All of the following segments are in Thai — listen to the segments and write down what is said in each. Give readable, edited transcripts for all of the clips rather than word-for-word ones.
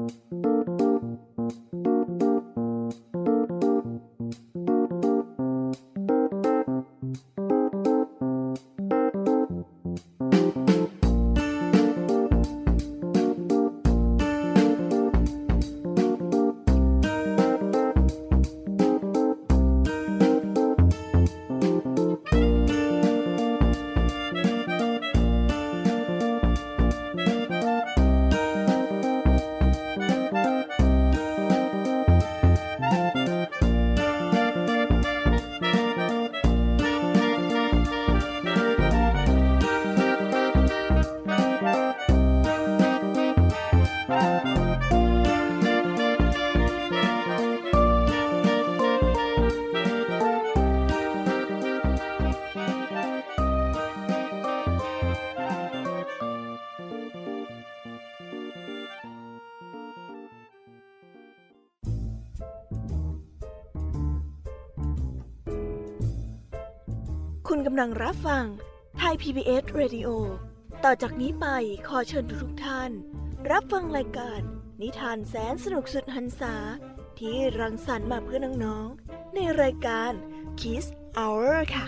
คุณกำลังรับฟังไทย PBS Radio ต่อจากนี้ไปขอเชิญทุกท่านรับฟังรายการนิทานแสนสนุกสุดหรรษาที่รังสรรค์มาเพื่อน้องๆในรายการ Kids Hour ค่ะ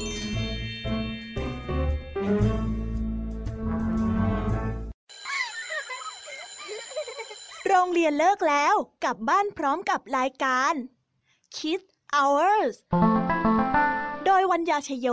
โรงเรียนเลิกแล้วกลับบ้านพร้อมกับรายการ Kids Hours โดยวัญญาชโย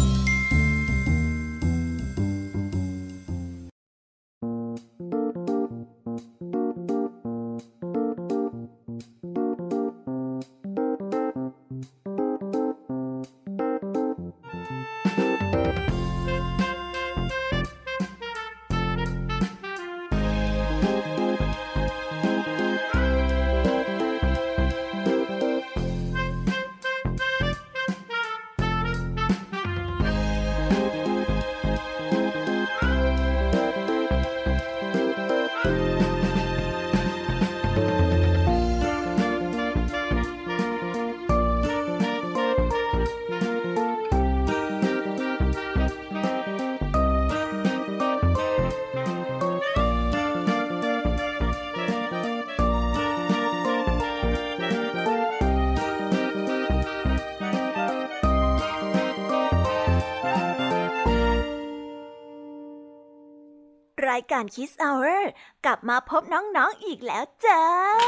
รายการ Kids Hour กลับมาพบน้องๆอีกแล้วจ้า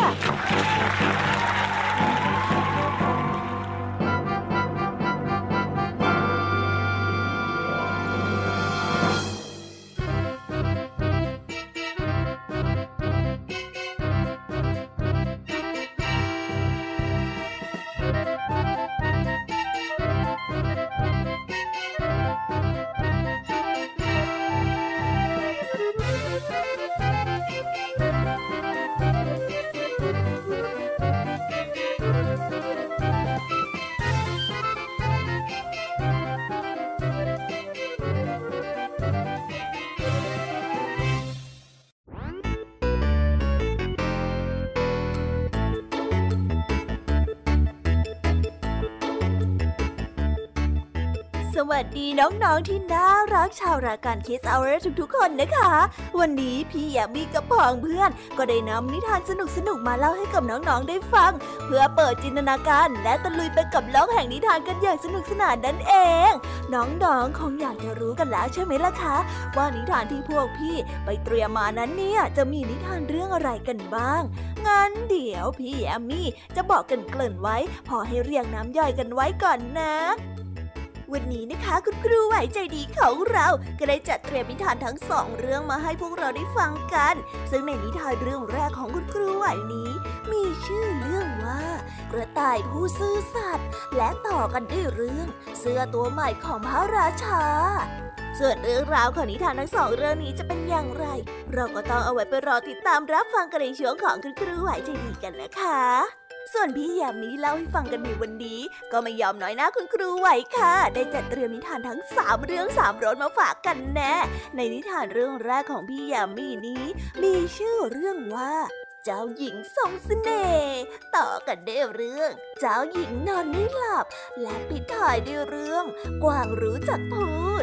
สวัสดีน้องๆที่น่ารักชาวรายการ Kids Hour ทุกๆคนนะคะวันนี้พี่แยมมี่กับพ้องเพื่อนก็ได้นำนิทานสนุกๆมาเล่าให้กับน้องๆได้ฟังเพื่อเปิดจินตนาการและตะลุยไปกับโลกแห่งนิทานกันอย่างสนุกสนานนั่นเองน้องๆคงอยากจะรู้กันแล้วใช่ไหมล่ะคะว่านิทานที่พวกพี่ไปเตรียมมานั้นเนี่ยจะมีนิทานเรื่องอะไรกันบ้างงั้นเดี๋ยวพี่แยมมี่จะบอกกันเกริ่นไว้พอให้เรียงน้ำย่อยกันไว้ก่อนนะวันนี้นะคะคุณครูไหวใจดีของเราก็ได้จัดเตรียมนิทานทั้งสองเรื่องมาให้พวกเราได้ฟังกันซึ่งในนิทานเรื่องแรกของคุณครูไหวนี้มีชื่อเรื่องว่ากระต่ายผู้ซื่อสัตย์และต่อกันด้วยเรื่องเสื้อตัวใหม่ของพระราชาส่วนเรื่องราวของนิทานทั้งสองเรื่องนี้จะเป็นอย่างไรเราก็ต้องเอาไว้ไปรอติดตามรับฟังกันในช่วงของคุณครูไหวใจดีกันนะคะส่วนพี่แยมมี่เล่าให้ฟังกันในวันนี้ก็ไม่ยอมน้อยหน้าคุณครูไหวค่ะได้จัดเตรียมนิทานทั้ง3เรื่อง3รสมาฝากกันแน่ในนิทานเรื่องแรกของพี่แยมมี่นี้มีชื่อเรื่องว่าเจ้าหญิงทรงเสน่ห์ต่อกันด้วยเรื่องเจ้าหญิงนอนไม่หลับและปิดท้ายด้วยเรื่องกวางรู้จักพูด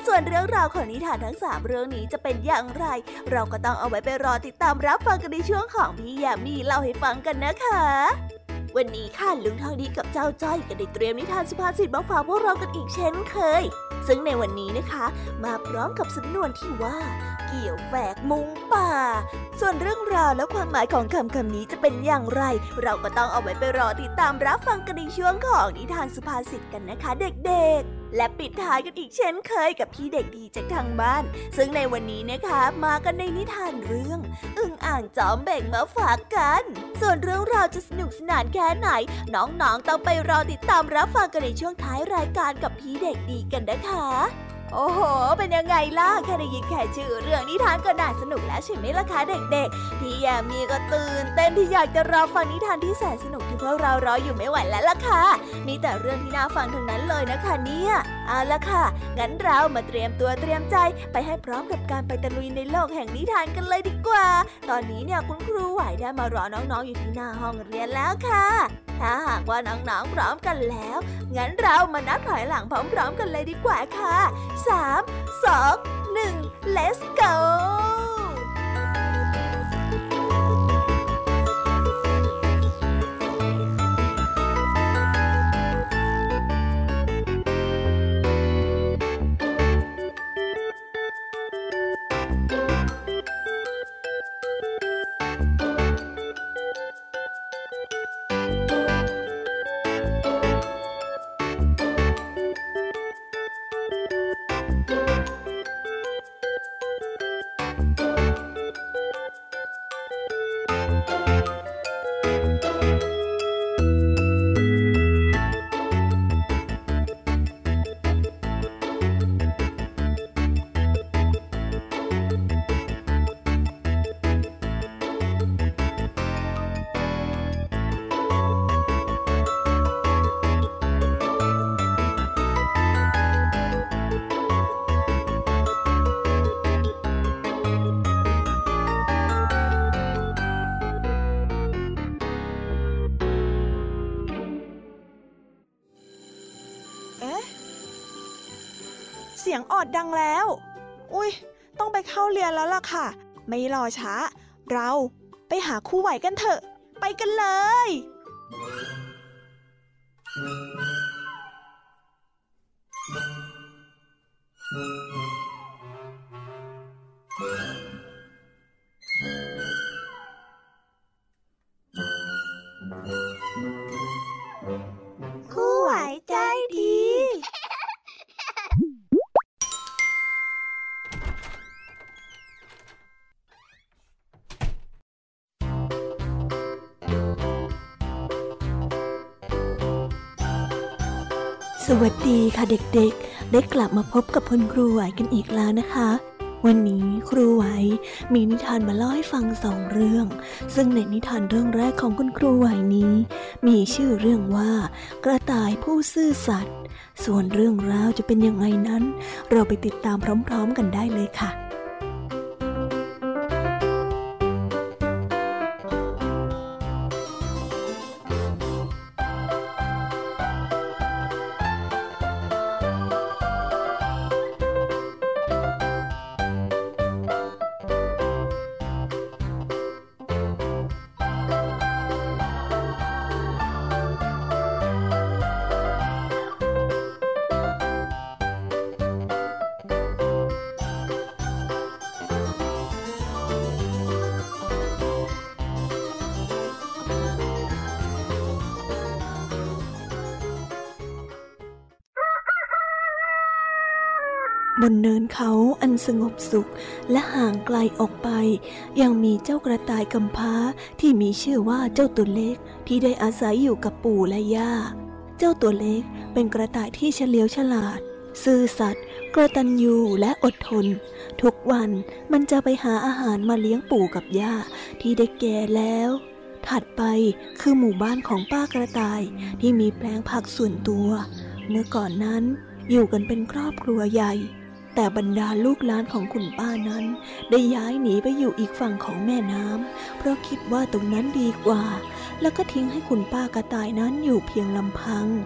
ส่วนเรื่องราวของนิทานทั้ง3เรื่องนี้จะเป็นอย่างไรเราก็ต้องเอาไว้ไปรอติดตามรับฟังกันในช่วงของพี่ยามีเล่าให้ฟังกันนะคะวันนี้ค่ะลุงทองดีกับเจ้าจ้อยก็ได้เตรียมนิทานสุภาษิตมาฝากพวกเรากันอีกเช่นเคยซึ่งในวันนี้นะคะมาพร้อมกับสำนวนที่ว่าเกี่ยวแฝกมุงป่าส่วนเรื่องราวและความหมายของคำนี้จะเป็นอย่างไรเราก็ต้องเอาไว้ไปรอติดตามรับฟังกันในช่วงของนิทานสุภาษิตกันนะคะเด็กๆและปิดท้ายกันอีกเช่นเคยกับพี่เด็กดีจากทางบ้านซึ่งในวันนี้นะคะมากันในนิทานเรื่องอึ่งอ่างจอมแบ่งมาฝากกันส่วนเรื่องราวจะสนุกสนานแค่ไหนน้องๆต้องไปรอติดตามรับฟังกันในช่วงท้ายรายการกับพี่เด็กดีกันนะคะโอ้โหเป็นยังไงล่ะแค่ได้ยินแค่ชื่อเรื่องนิทานก็น่าสนุกแล้วใช่ไหมล่ะคะเด็กๆพี่ยามีก็ตื่นเต้นที่อยากจะรอฟังนิทานที่แสนสนุกที่พวกเรารออยู่ไม่ไหวแล้วล่ะค่ะมีแต่เรื่องที่น่าฟังทั้งนั้นเลยนะคะเนี่ยเอาล่ะค่ะงั้นเรามาเตรียมตัวเตรียมใจไปให้พร้อมกับการไปตะลุยในโลกแห่งนิทานกันเลยดีกว่าตอนนี้เนี่ยคุณครูไหวได้มารอน้องๆอยู่ที่หน้าห้องเรียนแล้วค่ะถ้าหากว่าน้องๆพร้อมกันแล้วงั้นเรามานับถอยหลังพร้อมๆกันเลยดีกว่าค่ะ3 2 1 let's go เสียงออดดังแล้วอุ๊ยต้องไปเข้าเรียนแล้วล่ะค่ะไม่รอช้าเราไปหาครูไหวกันเถอะไปกันเลยครูไหวใจดีสวัสดีค่ะเด็กๆได้กลับมาพบกับคุณครูไหวกันอีกแล้วนะคะวันนี้ครูไหวมีนิทานมาเล่าให้ฟัง2เรื่องซึ่งในนิทานเรื่องแรกของคุณครูไหวนี้มีชื่อเรื่องว่ากระต่ายผู้ซื่อสัตย์ส่วนเรื่องราวจะเป็นยังไงนั้นเราไปติดตามพร้อมๆกันได้เลยค่ะบนเนินเขาอันสงบสุขและห่างไกลออกไปยังมีเจ้ากระต่ายกำพร้าที่มีชื่อว่าเจ้าตัวเล็กที่ได้อาศัยอยู่กับปู่และย่าเจ้าตัวเล็กเป็นกระต่ายที่เฉลียวฉลาดซื่อสัตย์กตัญญูและอดทนทุกวันมันจะไปหาอาหารมาเลี้ยงปู่กับย่าที่ได้แก่แล้วถัดไปคือหมู่บ้านของป้ากระต่ายที่มีแปลงผักส่วนตัวเมื่อก่อนนั้นอยู่กันเป็นครอบครัวใหญ่แต่บรรดาลูกหลานของคุณป้านั้นได้ย้ายหนีไปอยู่อีกฝั่งของแม่น้ำเพราะคิดว่าตรงนั้นดีกว่าแล้วก็ทิ้งให้คุณป้ากระต่ายนั้นอยู่เพียงลำพัง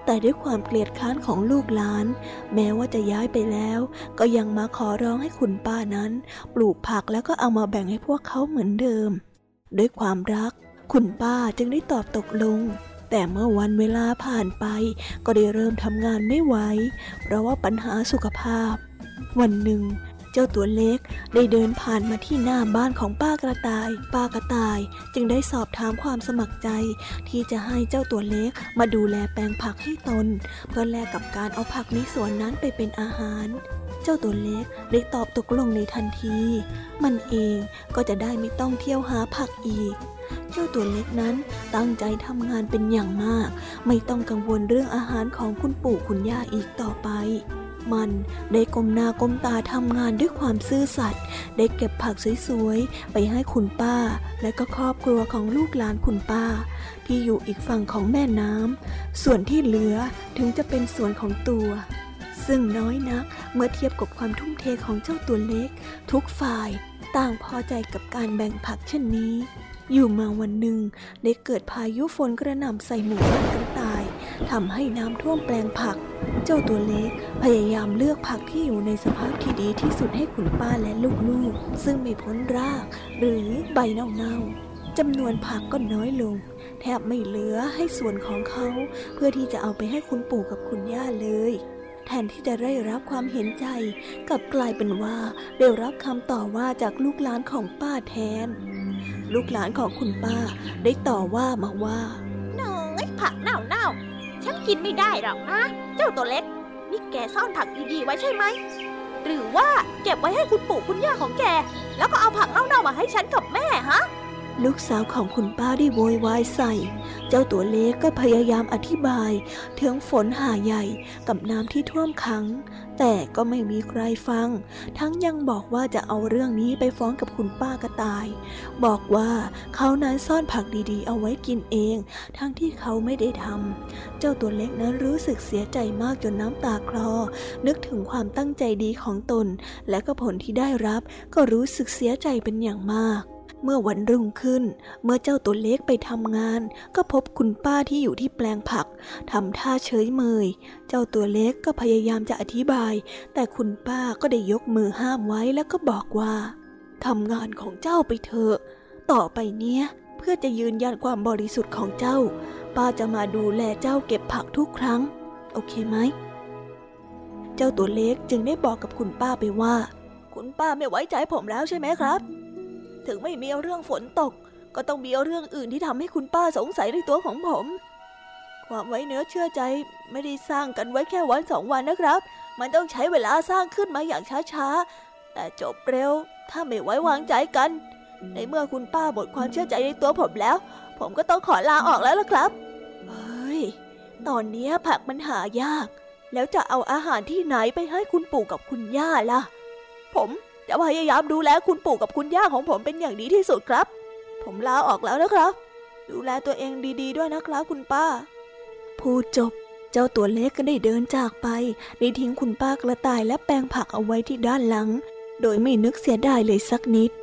แต่ด้วยความเกลียดค้านของลูกหลานแม้ว่าจะย้ายไปแล้วก็ยังมาขอร้องให้คุณป้านั้นปลูกผักแล้วก็เอามาแบ่งให้พวกเขาเหมือนเดิมด้วยความรักคุณป้าจึงได้ตอบตกลงแต่เมื่อวันเวลาผ่านไปก็ได้เริ่มทำงานไม่ไหวเพราะว่าปัญหาสุขภาพวันหนึ่งเจ้าตัวเล็กได้เดินผ่านมาที่หน้าบ้านของป้ากระต่ายจึงได้สอบถามความสมัครใจที่จะให้เจ้าตัวเล็กมาดูแลแปลงผักให้ตนเพื่อแลกกับการเอาผักในสวนนั้นไปเป็นอาหารเจ้าตัวเล็กได้ตอบตกลงในทันทีมันเองก็จะได้ไม่ต้องเที่ยวหาผักอีกเจ้าตัวเล็กนั้นตั้งใจทำงานเป็นอย่างมากไม่ต้องกังวลเรื่องอาหารของคุณปู่คุณย่าอีกต่อไปมันได้ก้มหน้าก้มตาทำงานด้วยความซื่อสัตย์ได้เก็บผักสวยๆไปให้คุณป้าและก็ครอบครัวของลูกหลานคุณป้าที่อยู่อีกฝั่งของแม่น้ำส่วนที่เหลือถึงจะเป็นส่วนของตัวซึ่งน้อยนักเมื่อเทียบกับความทุ่มเทของเจ้าตัวเล็กทุกฝ่ายต่างพอใจกับการแบ่งผักเช่นนี้อยู่มาวันหนึ่งได้เกิดพายุฝนกระหน่ำใส่หมู่บ้านกระต่ายทำให้น้ำท่วมแปลงผักเจ้าตัวเล็กพยายามเลือกผักที่อยู่ในสภาพที่ดีที่สุดให้คุณป้าและลูกๆซึ่งไม่พ้นรากหรือใบเน่าๆจำนวนผักก็น้อยลงแทบไม่เหลือให้ส่วนของเขาเพื่อที่จะเอาไปให้คุณปู่กับคุณย่าเลยแทนที่จะได้รับความเห็นใจกลับกลายเป็นว่าได้รับคำต่อว่าจากลูกหลานของป้าแทนลูกหลานของคุณป้าได้ต่อว่ามาว่าน้อยผักเน่าๆฉันกินไม่ได้หรอกนะเจ้าตัวเล็กนี่แกซ่อนผักดีๆไว้ใช่ไหมหรือว่าเก็บไว้ให้คุณปู่คุณย่าของแกแล้วก็เอาผักเน่าๆมาให้ฉันกับแม่ฮะลูกสาวของคุณป้าได้โวยวายใส่เจ้าตัวเล็กก็พยายามอธิบายถึงฝนหาใหญ่กับน้ำที่ท่วมขังแต่ก็ไม่มีใครฟังทั้งยังบอกว่าจะเอาเรื่องนี้ไปฟ้องกับคุณป้ากระต่ายบอกว่าเขานั้นซ่อนผักดีๆเอาไว้กินเองทั้งที่เขาไม่ได้ทำเจ้าตัวเล็กนั้นรู้สึกเสียใจมากจนน้ำตาคลอนึกถึงความตั้งใจดีของตนและก็ผลที่ได้รับก็รู้สึกเสียใจเป็นอย่างมากเมื่อวันรุ่งขึ้นเมื่อเจ้าตัวเล็กไปทำงานก็พบคุณป้าที่อยู่ที่แปลงผักทำท่าเฉยเมยเจ้าตัวเล็กก็พยายามจะอธิบายแต่คุณป้าก็ได้ยกมือห้ามไว้แล้วก็บอกว่าทำงานของเจ้าไปเถอะต่อไปเนี้ยเพื่อจะยืนยันความบริสุทธิ์ของเจ้าป้าจะมาดูแลเจ้าเก็บผักทุกครั้งโอเคไหมเจ้าตัวเล็กจึงได้บอกกับคุณป้าไปว่าคุณป้าไม่ไว้ใจผมแล้วใช่ไหมครับถึงไม่มีเรื่องฝนตกก็ต้องมีเรื่องอื่นที่ทำให้คุณป้าสงสัยในตัวของผมความไว้เนื้อเชื่อใจไม่ได้สร้างกันไว้แค่วันสองวันนะครับมันต้องใช้เวลาสร้างขึ้นมาอย่างช้าๆแต่จบเร็วถ้าไม่ไว้วางใจกันในเมื่อคุณป้าหมดความเชื่อใจในตัวผมแล้วผมก็ต้องขอลาออกแล้วล่ะครับเฮ้ยตอนนี้ผักมันหายากแล้วจะเอาอาหารที่ไหนไปให้คุณปู่กับคุณย่าล่ะผมจะพยายามดูแลคุณปู่กับคุณย่าของผมเป็นอย่างดีที่สุดครับผมลาออกแล้วนะครับดูแลตัวเองดีๆด้วยนะครับคุณป้าพูดจบเจ้าตัวเล็กก็ได้เดินจากไปได้ทิ้งคุณป้ากระต่ายและแปลงผักเอาไว้ที่ด้านหลังโดยไม่นึกเสียดายเลยสักนิด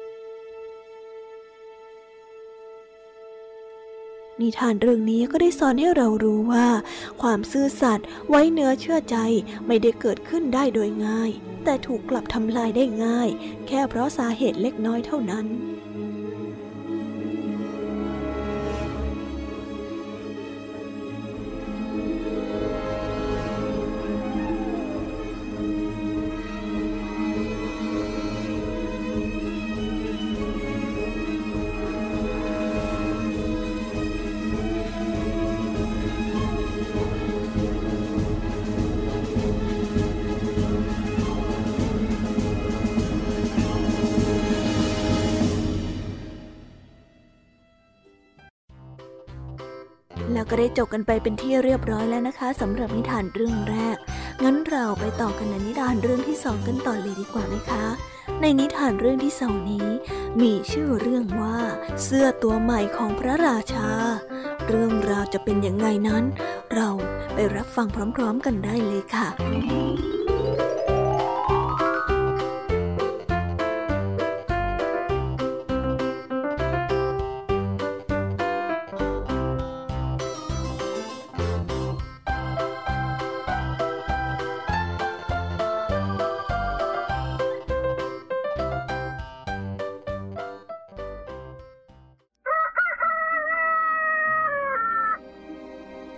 นิทานเรื่องนี้ก็ได้สอนให้เรารู้ว่าความซื่อสัตย์ไว้เนื้อเชื่อใจไม่ได้เกิดขึ้นได้โดยง่ายแต่ถูกกลับทำลายได้ง่ายแค่เพราะสาเหตุเล็กน้อยเท่านั้น แล้วก็ได้จบกันไปเป็นที่เรียบร้อยแล้วนะคะสำหรับนิทานเรื่องแรกงั้นเราไปต่อกันในนิทานเรื่องที่สองกันต่อเลยดีกว่านะคะในนิทานเรื่องที่สองนี้มีชื่อเรื่องว่าเสื้อตัวใหม่ของพระราชาเรื่องราวจะเป็นยังไงนั้นเราไปรับฟังพร้อมๆกันได้เลยค่ะ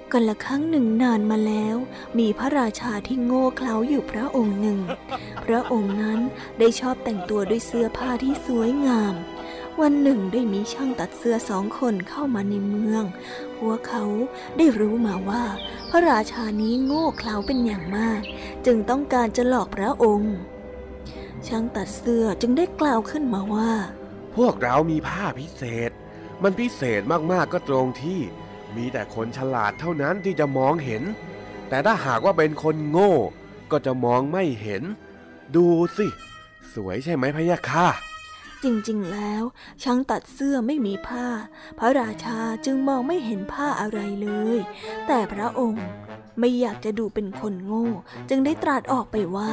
กันละครั้งหนึ่งนานมาแล้วมีพระราชาที่โง่เขลาอยู่พระองค์หนึ่ง พระองค์นั้นได้ชอบแต่งตัวด้วยเสื้อผ้าที่สวยงามวันหนึ่งได้มีช่างตัดเสื้อ2 คนเข้ามาในเมืองพวกเขาได้รู้มาว่าพระราชานี้โง่เขลาเป็นอย่างมากจึงต้องการจะหลอกพระองค์ช่างตัดเสื้อจึงได้กล่าวขึ้นมาว่าพวกเรามีผ้าพิเศษมันพิเศษมากๆก็ตรงที่มีแต่คนฉลาดเท่านั้นที่จะมองเห็นแต่ถ้าหากว่าเป็นคนโง่ก็จะมองไม่เห็นดูสิสวยใช่ไหมพะยะค่ะจริงๆแล้วช่างตัดเสื้อไม่มีผ้าพระราชาจึงมองไม่เห็นผ้าอะไรเลยแต่พระองค์ไม่อยากจะดูเป็นคนโง่จึงได้ตรัสออกไปว่า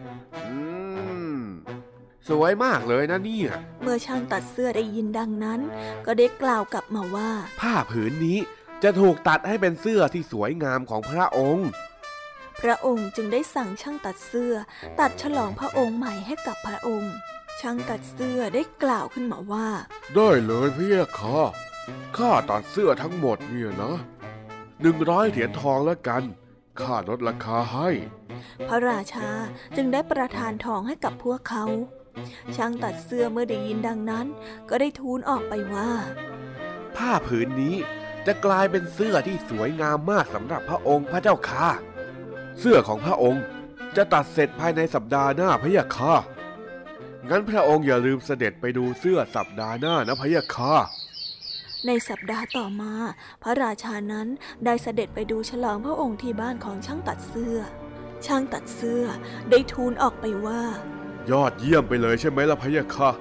สวยมากเลยนะเนี่ยเมื่อช่างตัดเสื้อได้ยินดังนั้นก็ได้กล่าวกลับมาว่าผ้าผืนนี้จะถูกตัดให้เป็นเสื้อที่สวยงามของพระองค์พระองค์จึงได้สั่งช่างตัดเสื้อตัดฉลองพระองค์ใหม่ให้กับพระองค์ช่างตัดเสื้อได้กล่าวขึ้นมาว่าได้เลยพี่ค่ะข้าตัดเสื้อทั้งหมดเนี่ยนะ100 เหรียญทองแล้วกันข้าลดราคาให้พระราชาจึงได้ประทานทองให้กับพวกเขาช่างตัดเสื้อเมื่อได้ยินดังนั้นก็ได้ทูลออกไปว่าผ้าผืนนี้จะกลายเป็นเสื้อที่สวยงามมากสำหรับพระองค์พระเจ้าค่ะเสื้อของพระองค์จะตัดเสร็จภายในสัปดาห์หน้าพะยะค่ะงั้นพระองค์อย่าลืมเสด็จไปดูเสื้อสัปดาห์หน้านะพะยะค่ะในสัปดาห์ต่อมาพระราชานั้นได้เสด็จไปดูฉลองพระองค์ที่บ้านของช่างตัดเสื้อช่างตัดเสื้อได้ทูลออกไปว่ายอดเยี่ยมไปเลยใช่ไหมล่ะพะยะค่ะ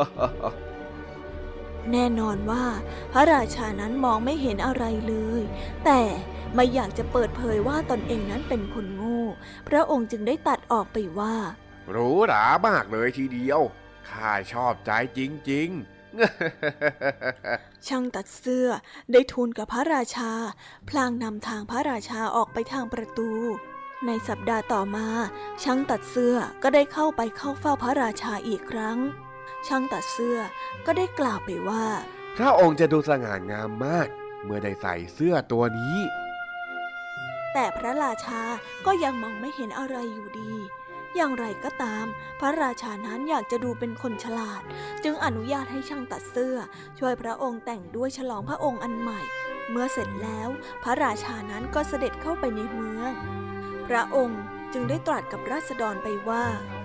แน่นอนว่าพระราชานั้นมองไม่เห็นอะไรเลยแต่ไม่อยากจะเปิดเผยว่าตนเองนั้นเป็นคนโง่พระองค์จึงได้ตัดออกไปว่าหรูหรามากเลยทีเดียวข้าชอบใจจริงๆ ช่างตัดเสื้อได้ทูลกับพระราชาพลางนำทางพระราชาออกไปทางประตูในสัปดาห์ต่อมาช่างตัดเสื้อก็ได้เข้าเฝ้าพระราชาอีกครั้งช่างตัดเสื้อก็ได้กล่าวไปว่าพระองค์จะดูสง่างามมากเมื่อได้ใส่เสื้อตัวนี้แต่พระราชาก็ยังมองไม่เห็นอะไรอยู่ดีอย่างไรก็ตามพระราชานั้นอยากจะดูเป็นคนฉลาดจึงอนุญาตให้ช่างตัดเสื้อช่วยพระองค์แต่งด้วยฉลองพระองค์อันใหม่เมื่อเสร็จแล้วพระราชานั้นก็เสด็จเข้าไปในเมืองพระองค์จึงได้ตรัสกับราษฎรไปว่า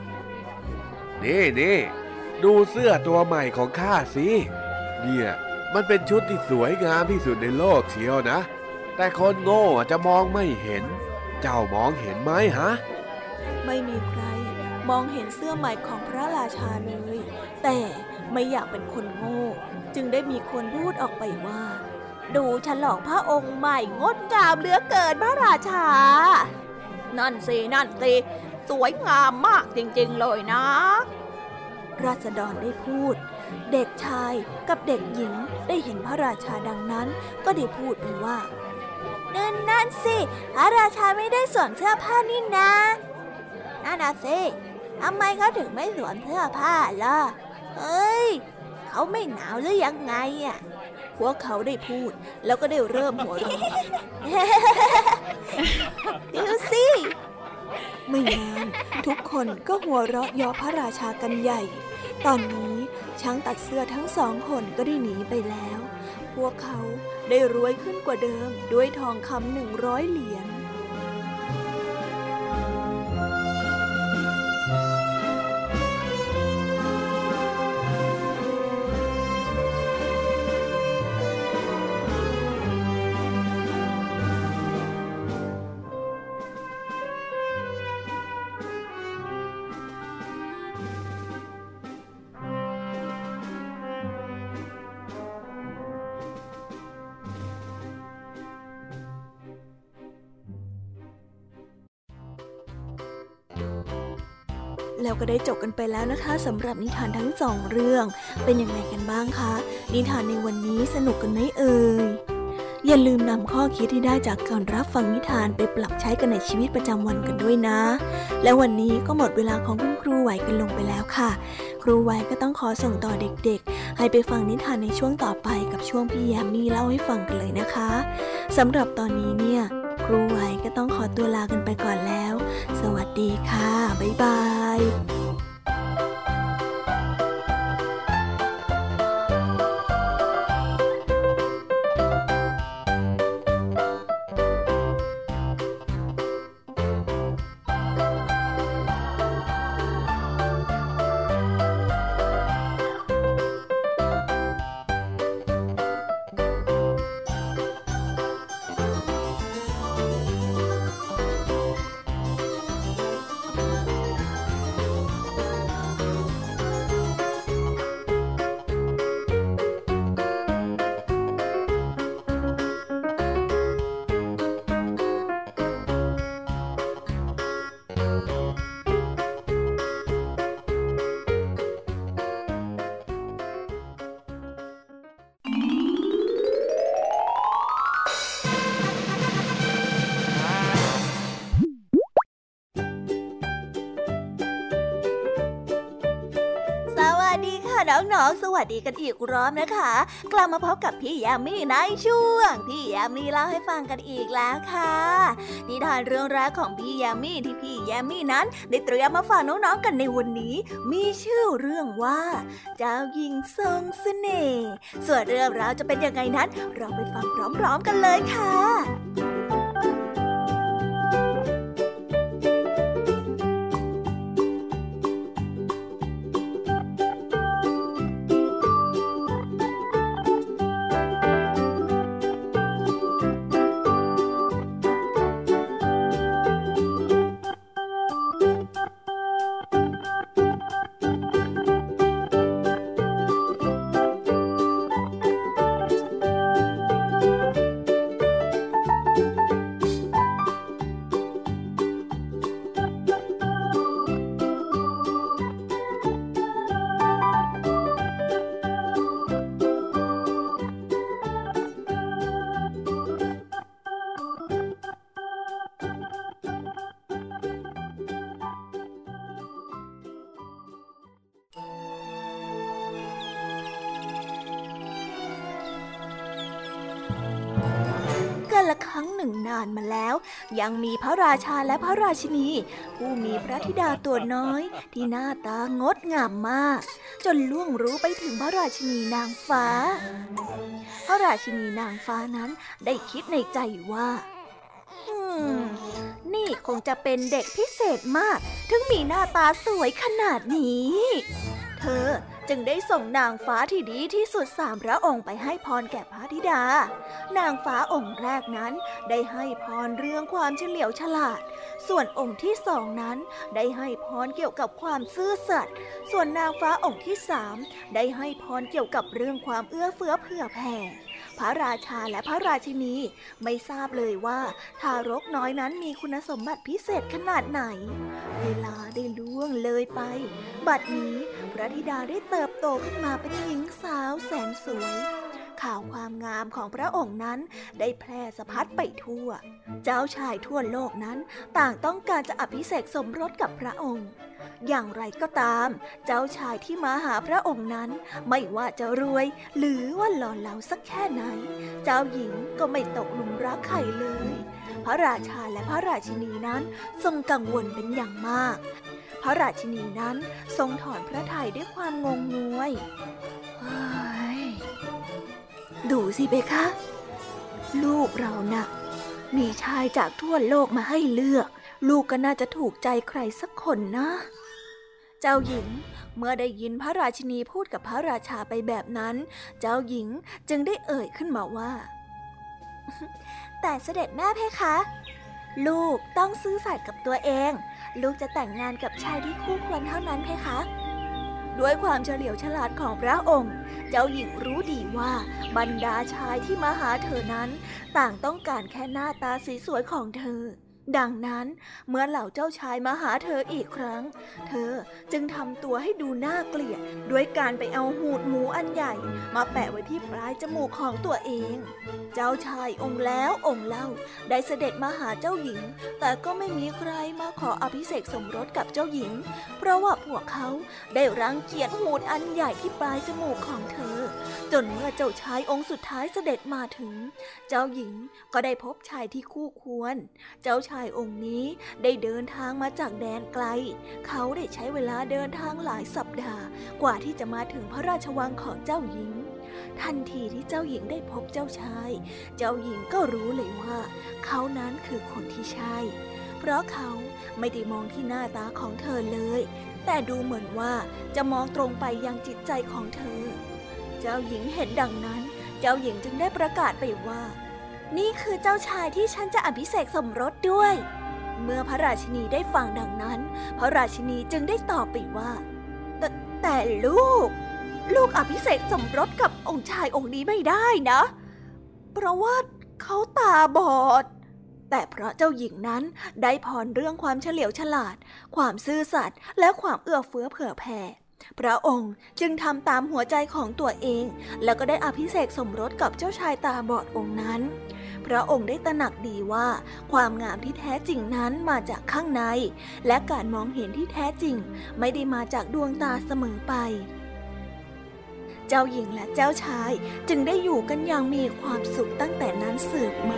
นี่ดูเสื้อตัวใหม่ของข้าสิเนี่ยมันเป็นชุดที่สวยงามที่สุดในโลกเชียวนะแต่คนโง่จะมองไม่เห็นเจ้ามองเห็นไหมฮะไม่มีใครมองเห็นเสื้อใหม่ของพระราชาเลยแต่ไม่อยากเป็นคนโง่จึงได้มีคนพูดออกไปว่าดูฉลองพระองค์ใหม่งดงามเหลือเกินพระราชานั่นสิสวยงามมากจริงๆเลยนะราษฎรได้พูดเด็กชายกับเด็กหญิงได้เห็นพระราชาดังนั้นก็ได้พูดไปว่านั่นสิพระราชาไม่ได้สวมเสื้อผ้านี่นะนั่นน่ะสิทำไมเขาถึงไม่สวมเสื้อผ้าล่ะเฮ้ยเขาไม่หนาวหรือยังไงอ่ะพวกเขาได้พูดแล้วก็ได้เริ่มหัวเราะดูสิไม่นานทุกคนก็หัวเราะเยาะพระราชากันใหญ่ตอนนี้ช่างตัดเสื้อทั้ง2 คนก็ได้หนีไปแล้วพวกเขาได้รวยขึ้นกว่าเดิมด้วยทองคำ100 เหรียญแล้วก็ได้จบกันไปแล้วนะคะสำหรับนิทานทั้ง2 เรื่องเป็นยังไงกันบ้างคะนิทานในวันนี้สนุกกันไหมเอ่ยอย่าลืมนำข้อคิดที่ได้จากการรับฟังนิทานไปปรับใช้กันในชีวิตประจำวันกันด้วยนะ และวันนี้ก็หมดเวลาของคุณครูไหวกันลงไปแล้วค่ะครูไหวก็ต้องขอส่งต่อเด็กๆให้ไปฟังนิทานในช่วงต่อไปกับช่วงพี่แยมมี่เล่าให้ฟังกันเลยนะคะสำหรับตอนนี้เนี่ยครูไหวก็ต้องขอตัวลากันไปก่อนแล้วสวัสดีค่ะบ๊ายบายน้องๆสวัสดีกันอีกรอบนะคะกลับมาพบกับพี่ยามีในช่วงพี่ยามีเล่าให้ฟังกันอีกแล้วค่ะนิทานเรื่องแรกของพี่ยามีที่พี่ยามีนั้นได้เตรียมมาฝากน้องๆกันในวันนี้มีชื่อเรื่องว่าเจ้าหญิงทรงเสน่ห์ส่วนเรื่องราวจะเป็นยังไงนั้นเราไปฟังพร้อมๆกันเลยค่ะนานมาแล้วยังมีพระราชาและพระราชินีผู้มีพระธิดาตัวน้อยที่หน้าตางดงามมากจนล่วงรู้ไปถึงพระราชินีนางฟ้าพระราชินีนางฟ้านั้นได้คิดในใจว่านี่คงจะเป็นเด็กพิเศษมากถึงมีหน้าตาสวยขนาดนี้เธอจึงได้ส่งนางฟ้าที่ดีที่สุด3 พระองค์ไปให้พรแก่พระธิดานางฟ้าองค์แรกนั้นได้ให้พรเรื่องความเฉลียวฉลาดส่วนองค์ที่2นั้นได้ให้พรเกี่ยวกับความซื่อสัตย์ส่วนนางฟ้าองค์ที่3ได้ให้พรเกี่ยวกับเรื่องความเอื้อเฟื้อเผื่อแผ่พระราชาและพระราชินีไม่ทราบเลยว่าทารกน้อยนั้นมีคุณสมบัติพิเศษขนาดไหนเวลาได้ล่วงเลยไปบัดนี้พระธิดาได้เติบโตขึ้นมาเป็นหญิงสาวแสนสวยข่าวความงามของพระองค์นั้นได้แพร่สะพัดไปทั่วเจ้าชายทั่วโลกนั้นต่างต้องการจะอภิเษกสมรสกับพระองค์อย่างไรก็ตามเจ้าชายที่มาหาพระองค์นั้นไม่ว่าจะรวยหรือว่าหล่อเหลาสักแค่ไหนเจ้าหญิงก็ไม่ตกหลุมรักใครเลยพระราชาและพระราชินีนั้นทรงกังวลเป็นอย่างมากพระราชินีนั้นทรงถอนพระทัยด้วยความงงงวยดูสิเพคะลูกเราน่ะมีชายจากทั่วโลกมาให้เลือกลูกก็น่าจะถูกใจใครสักคนนะเจ้าหญิงเมื่อได้ยินพระราชินีพูดกับพระราชาไปแบบนั้นเจ้าหญิงจึงได้เอ่ยขึ้นมาว่า แต่เสด็จแม่เพคะลูกต้องซื่อสัตย์กับตัวเองลูกจะแต่งงานกับชายที่คู่ควรเท่านั้นเพคะด้วยความเฉลียวฉลาดของพระองค์เจ้าหญิงรู้ดีว่าบรรดาชายที่มาหาเธอนั้นต่างต้องการแค่หน้าตาสวยๆของเธอดังนั้นเมื่อเหล่าเจ้าชายมาหาเธออีกครั้งเธอจึงทำตัวให้ดูน่าเกลียดด้วยการไปเอาหูดหมูอันใหญ่มาแปะไว้ที่ปลายจมูกของตัวเองเจ้าชายองค์แล้วองค์เล่าได้เสด็จมาหาเจ้าหญิงแต่ก็ไม่มีใครมาขออภิเษกสมรสกับเจ้าหญิงเพราะว่าพวกเขาได้รังเกียจหูดอันใหญ่ที่ปลายจมูกของเธอจนเมื่อเจ้าชายองค์สุดท้ายเสด็จมาถึงเจ้าหญิงก็ได้พบชายที่คู่ควรเจ้าชายองค์นี้ได้เดินทางมาจากแดนไกลเขาได้ใช้เวลาเดินทางหลายสัปดาห์กว่าที่จะมาถึงพระราชวังของเจ้าหญิงทันทีที่เจ้าหญิงได้พบเจ้าชายเจ้าหญิงก็รู้เลยว่าเขานั้นคือคนที่ใช่เพราะเขาไม่ได้มองที่หน้าตาของเธอเลยแต่ดูเหมือนว่าจะมองตรงไปยังจิตใจของเธอเจ้าหญิงเห็นดังนั้นเจ้าหญิงจึงได้ประกาศไปว่านี่คือเจ้าชายที่ฉันจะอภิเษกสมรสด้วยเมื่อพระราชินีได้ฟังดังนั้นพระราชินีจึงได้ตอบไปว่าแต่ลูกอภิเษกสมรสกับองค์ชายองค์นี้ไม่ได้นะเพราะว่าเขาตาบอดแต่เพราะเจ้าหญิงนั้นได้พรเรื่องความเฉลียวฉลาดความซื่อสัตย์และความเอื้อเฟื้อเผื่อแผ่พระองค์จึงทำตามหัวใจของตัวเองแล้วก็ได้อภิเษกสมรสกับเจ้าชายตาบอดองค์นั้นพระองค์ได้ตระหนักดีว่าความงามที่แท้จริงนั้นมาจากข้างในและการมองเห็นที่แท้จริงไม่ได้มาจากดวงตาเสมอไปเจ้าหญิงและเจ้าชายจึงได้อยู่กันอย่างมีความสุขตั้งแต่นั้นสืบมา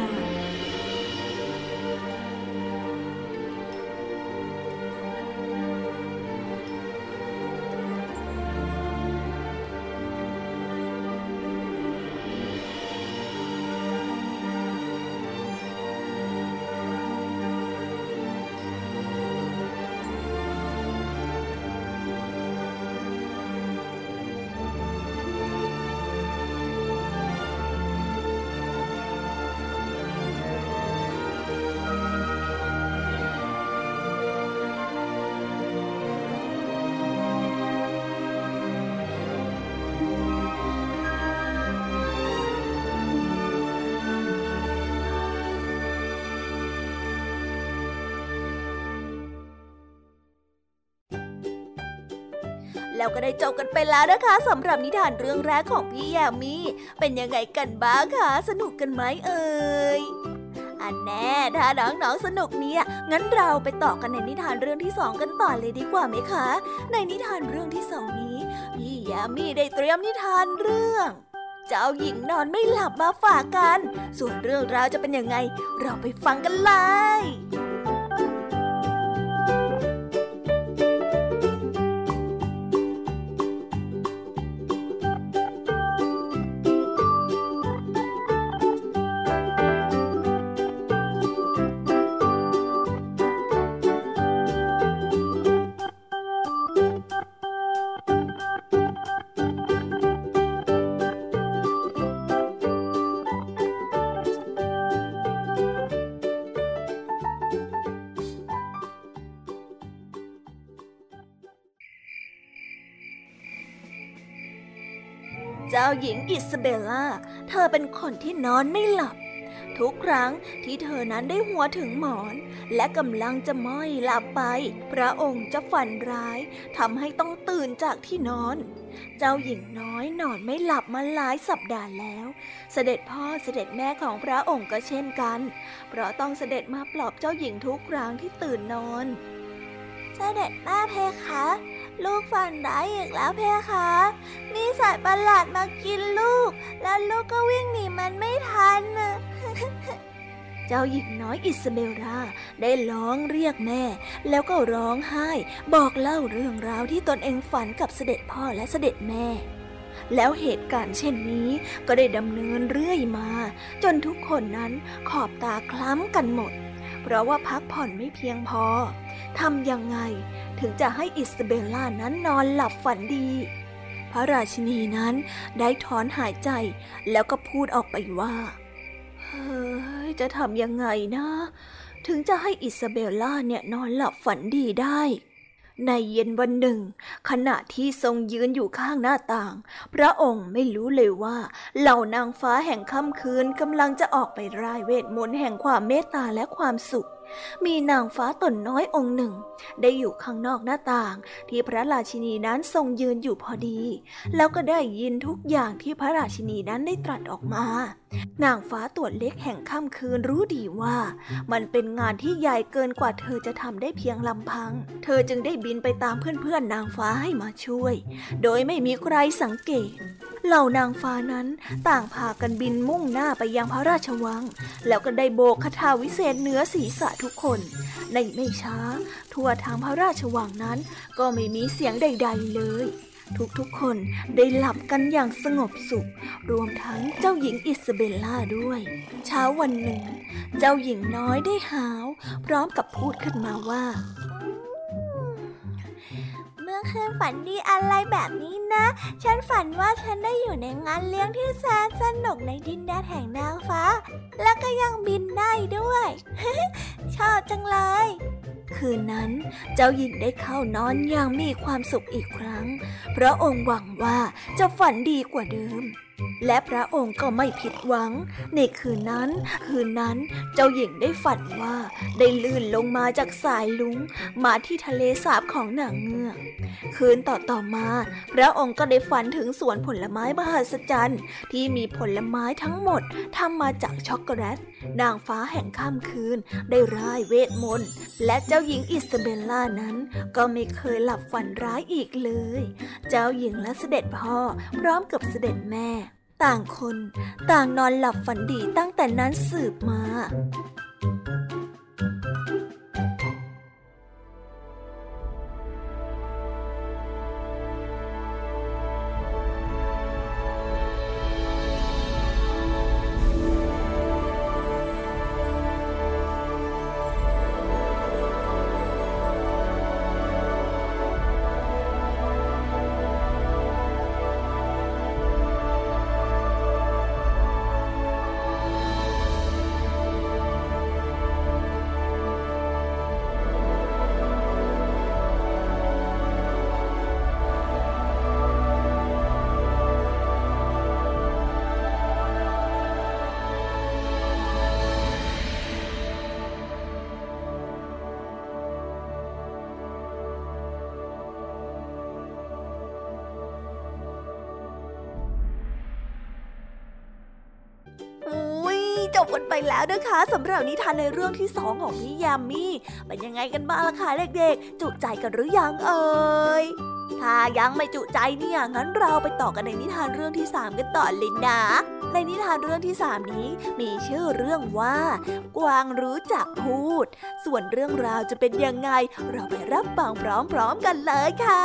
แล้วก็ได้จบกันไปแล้วนะคะสำหรับนิทานเรื่องแรกของพี่ยามีเป็นยังไงกันบ้างคะสนุกกันไหมเอ่ยอันแน่ถ้าน้องๆสนุกเนี่ยงั้นเราไปต่อกันในนิทานเรื่องที่2กันต่อเลยดีกว่าไหมคะในนิทานเรื่องที่2นี้พี่ยามีได้เตรียมนิทานเรื่องเจ้าหญิงนอนไม่หลับมาฝากกันส่วนเรื่องราวจะเป็นยังไงเราไปฟังกันเลยเจ้าหญิงอิซาเบลล่าเธอเป็นคนที่นอนไม่หลับทุกครั้งที่เธอนั้นได้หัวถึงหมอนและกำลังจะม้อยหลับไปพระองค์จะฝันร้ายทำให้ต้องตื่นจากที่นอนเจ้าหญิงน้อยนอนไม่หลับมาหลายสัปดาห์แล้วเสด็จพ่อเสด็จแม่ของพระองค์ก็เช่นกันเพราะต้องเสด็จมาปลอบเจ้าหญิงทุกครั้งที่ตื่นนอนเสด็จแม่เพคะลูกฝันร้ายอีกแล้วเพคะมีสัตว์ประหลาดมากินลูกแล้วลูกก็วิ่งหนีมันไม่ทัน เจ้าหญิงน้อยอิซาเบลล่าได้ร้องเรียกแม่แล้วก็ร้องไห้บอกเล่าเรื่องราวที่ตนเองฝันกับเสด็จพ่อและเสด็จแม่แล้วเหตุการณ์เช่นนี้ก็ได้ดำเนินเรื่อยมาจนทุกคนนั้นขอบตาคล้ำกันหมดเพราะว่าพักผ่อนไม่เพียงพอทำยังไงถึงจะให้อิซาเบลล่านั้นนอนหลับฝันดีพระราชินีนั้นได้ถอนหายใจแล้วก็พูดออกไปว่าเฮ้ยจะทำยังไงนะถึงจะให้อิซาเบลล่าเนี่ยนอนหลับฝันดีได้ในเย็นวันหนึ่งขณะที่ทรงยืนอยู่ข้างหน้าต่างพระองค์ไม่รู้เลยว่าเหล่านางฟ้าแห่งค่ำคืนกำลังจะออกไปร่ายเวทมนต์แห่งความเมตตาและความสุขมีนางฟ้าตนน้อยองค์หนึ่งได้อยู่ข้างนอกหน้าต่างที่พระราชินีนั้นทรงยืนอยู่พอดีแล้วก็ได้ยินทุกอย่างที่พระราชินีนั้นได้ตรัสออกมานางฟ้าตัวเล็กแห่งค่ำคืนรู้ดีว่ามันเป็นงานที่ใหญ่เกินกว่าเธอจะทำได้เพียงลำพังเธอจึงได้บินไปตามเพื่อนๆนางฟ้าให้มาช่วยโดยไม่มีใครสังเกตเหล่านางฟ้านั้นต่างพากันบินมุ่งหน้าไปยังพระราชวังแล้วก็ได้โบกคาถาวิเศษเหนือศีรษะทุกคนในไม่ช้าทั่วทางพระราชวังนั้นก็ไม่มีเสียงใดๆเลยทุกๆคนได้หลับกันอย่างสงบสุขรวมทั้งเจ้าหญิงอิซาเบลล่าด้วยเช้าวันหนึ่งเจ้าหญิงน้อยได้หาวพร้อมกับพูดขึ้นมาว่าเมื่อคืนฝันดีอะไรแบบนี้นะฉันฝันว่าฉันได้อยู่ในงานเลี้ยงที่แสนสนุกในดินแดนแห่งนางฟ้าแล้วก็ยังบินได้ด้วย ชอบจังเลยคืนนั้นเจ้าหญิงได้เข้านอนอย่างมีความสุขอีกครั้งเพราะองค์หวังว่าจะฝันดีกว่าเดิมและพระองค์ก็ไม่ผิดหวังในคืนนั้นเจ้าหญิงได้ฝันว่าได้ลื่นลงมาจากสายลุงมาที่ทะเลสาบของนางเงือกคืนต่อมาพระองค์ก็ได้ฝันถึงสวนผลไม้มหัศจรรย์ที่มีผลไม้ทั้งหมดทำมาจากช็อกโกแลตนางฟ้าแห่งค่ำคืนได้ร่ายเวทมนต์และเจ้าหญิงอิซาเบลล่านั้นก็ไม่เคยหลับฝันร้ายอีกเลยเจ้าหญิงและเสด็จพ่อพร้อมกับเสด็จแม่ต่างคนต่างนอนหลับฝันดีตั้งแต่นั้นสืบมาจบกันไปแล้วนะคะสำหรับนิทานในเรื่องที่2ของพี่ยามีเป็นยังไงกันบ้างล่ะคะเด็กๆจุใจกันหรือยังเอ่ยถ้ายังไม่จุใจเนี่ยงั้นเราไปต่อกันในนิทานเรื่องที่3กันต่อเลยนะในนิทานเรื่องที่3นี้มีชื่อเรื่องว่ากวางรู้จักพูดส่วนเรื่องราวจะเป็นยังไงเราไปรับฟังพร้อมๆกันเลยค่ะ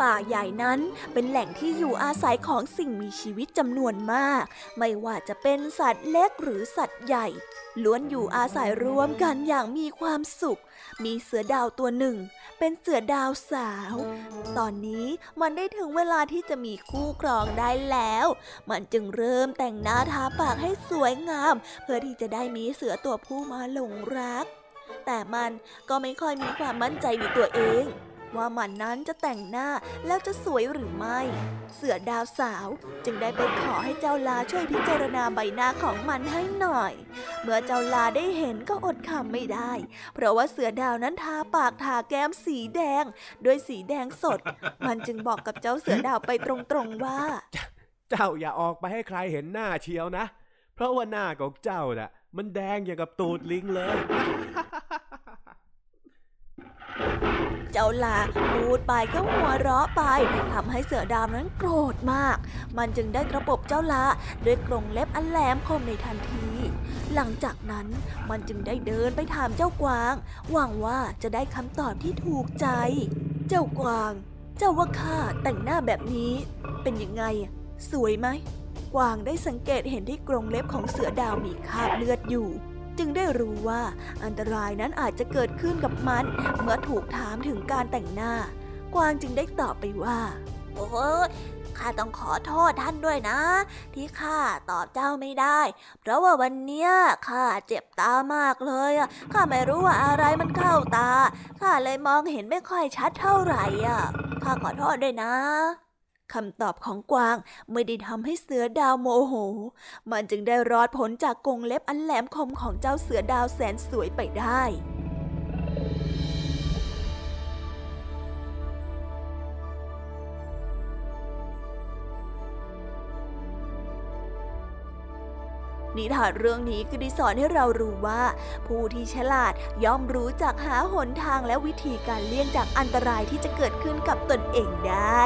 ป่าใหญ่นั้นเป็นแหล่งที่อยู่อาศัยของสิ่งมีชีวิตจำนวนมากไม่ว่าจะเป็นสัตว์เล็กหรือสัตว์ใหญ่ล้วนอยู่อาศัยรวมกันอย่างมีความสุขมีเสือดาวตัวหนึ่งเป็นเสือดาวสาวตอนนี้มันได้ถึงเวลาที่จะมีคู่ครองได้แล้วมันจึงเริ่มแต่งหน้าทาปากให้สวยงามเพื่อที่จะได้มีเสือตัวผู้มาหลงรักแต่มันก็ไม่ค่อยมีความมั่นใจในตัวเองว่ามันนั้นจะแต่งหน้าแล้วจะสวยหรือไม่เสือดาวสาวจึงได้ไปขอให้เจ้าลาช่วยพิจารณาใบหน้าของมันให้หน่อยเมื่อเจ้าลาได้เห็นก็อดขำไม่ได้เพราะว่าเสือดาวนั้นทาปากทาแก้มสีแดงด้วยสีแดงสดมันจึงบอกกับเจ้าเสือดาวไปตรงๆว่าเจ้าอย่าออกไปให้ใครเห็นหน้าเชียวนะเพราะว่าหน้าของเจ้าน่ะมันแดงอย่างกับตูดลิงเลยเจ้าลาพูดไปก็หัวเราะไปทำให้เสือดาวนั้นโกรธมากมันจึงได้ตะปบเจ้าลาด้วยกรงเล็บอันแหลมคมในทันทีหลังจากนั้นมันจึงได้เดินไปถามเจ้ากวางหวังว่าจะได้คำตอบที่ถูกใจเจ้ากวางเจ้าว่าข้าแต่งหน้าแบบนี้เป็นยังไงสวยไหมกวางได้สังเกตเห็นที่กรงเล็บของเสือดาวมีคราบเลือดอยู่จึงได้รู้ว่าอันตรายนั้นอาจจะเกิดขึ้นกับมันเมื่อถูกถามถึงการแต่งหน้ากวางจึงได้ตอบไปว่าโอ้ข้าต้องขอโทษท่านด้วยนะที่ข้าตอบเจ้าไม่ได้เพราะว่าวันเนี้ยข้าเจ็บตามากเลยข้าไม่รู้ว่าอะไรมันเข้าตาข้าเลยมองเห็นไม่ค่อยชัดเท่าไหร่ข้าขอโทษด้วยนะคำตอบของกวางไม่ได้ทำให้เสือดาวโมโหมันจึงได้รอดพ้นจากกรงเล็บอันแหลมคมของเจ้าเสือดาวแสนสวยไปได้นิทานเรื่องนี้ก็ได้สอนให้เรารู้ว่าผู้ที่ฉลาดย่อมรู้จักหาหนทางและวิธีการเลี่ยงจากอันตรายที่จะเกิดขึ้นกับตนเองได้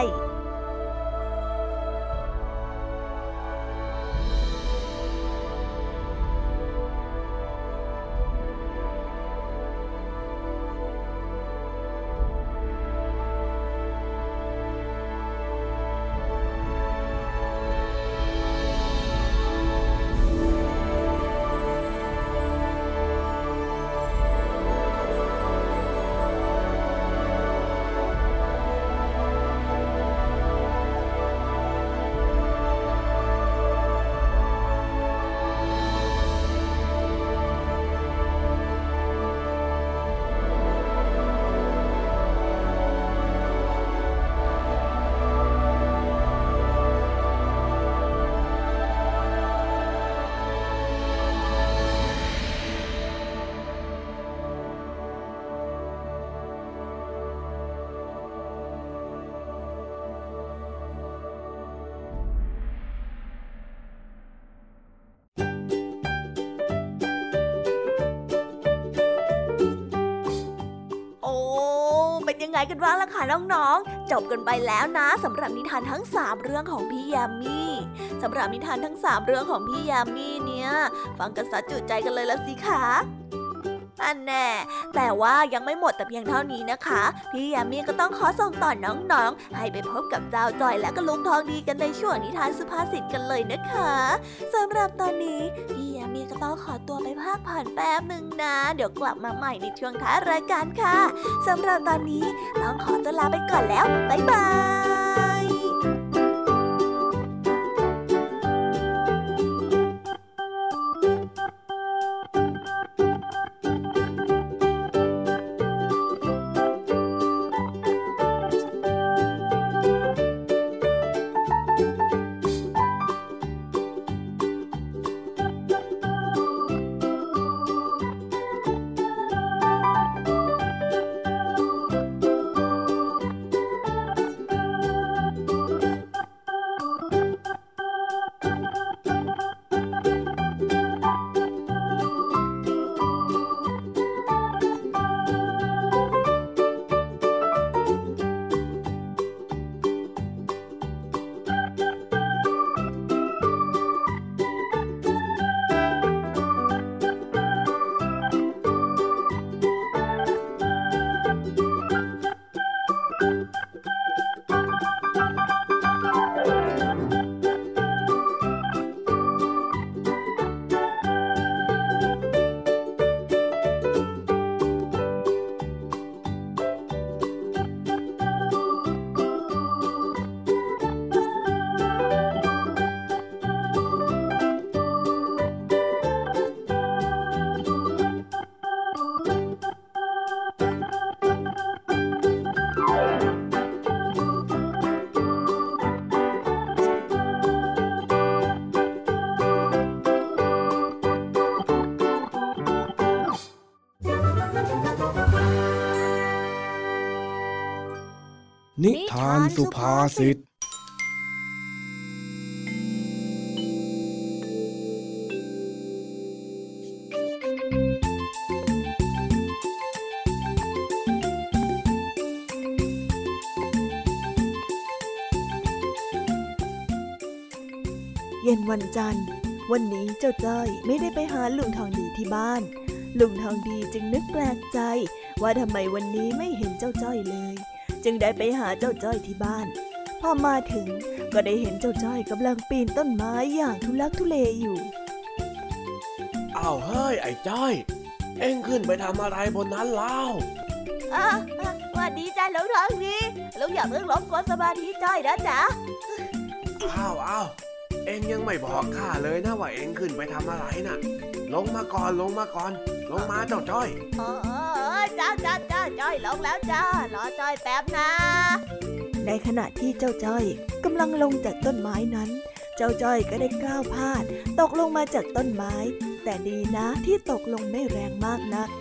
ไงกันบ้างล่ะคะน้องๆจบกันไปแล้วนะสำหรับนิทานทั้ง3เรื่องของพี่ยามีสำหรับนิทานทั้ง3เรื่องของพี่ยามีเนี่ยฟังกันซะจุใจกันเลยละสิคะอันแน่แต่ว่ายังไม่หมดแต่เพียงเท่านี้นะคะพี่ยามีก็ต้องขอส่งต่อน้องๆให้ไปพบกับเจ้าจอยและก็ลุงทองดีกันในช่วงนิทานสุภาษิตกันเลยนะคะสำหรับตอนนี้พี่ยามีก็ต้องขอตัวไปพักผ่อนแป๊บนึงนะเดี๋ยวกลับมาใหม่ในช่วงท้ายรายการค่ะสำหรับตอนนี้ต้องขอตัวลาไปก่อนแล้วบ๊ายบายนิทานสุภาษิตเย็นวันจันทร์วันนี้เจ้าจ้อยไม่ได้ไปหาลุงทองดีที่บ้านลุงทองดีจึงนึกแปลกใจว่าทำไมวันนี้ไม่เห็นเจ้าจ้อยเลยจึงได้ไปหาเจ้าจ้อยที่บ้านพอมาถึงก็ได้เห็นเจ้าจ้อยกำลังปีนต้นไม้อย่างทุลักทุเลอยู่อ้าวเฮ้ยไอ้จ้อยเอ็งขึ้นไปทำอะไรบนนั้นเล่าวันดีจ้าลุงทองดีลุงอย่าเพิ่งรบกวนสมาธิจ้อยนะจ๊ะอ้าวเอ็งยังไม่บอกข้าเลยนะว่าเอ็งขึ้นไปทำอะไรน่ะลงมาก่อนลงมาเจ้าจ้อยจ้าจ้อยลงแล้วจ้ารอจ้อยแป๊บนะในขณะที่เจ้าจ้อยกำลังลงจากต้นไม้นั้นเจ้าจ้อยก็ได้ก้าวพลาดตกลงมาจากต้นไม้แต่ดีนะที่ตกลงไม่แรงมากนัก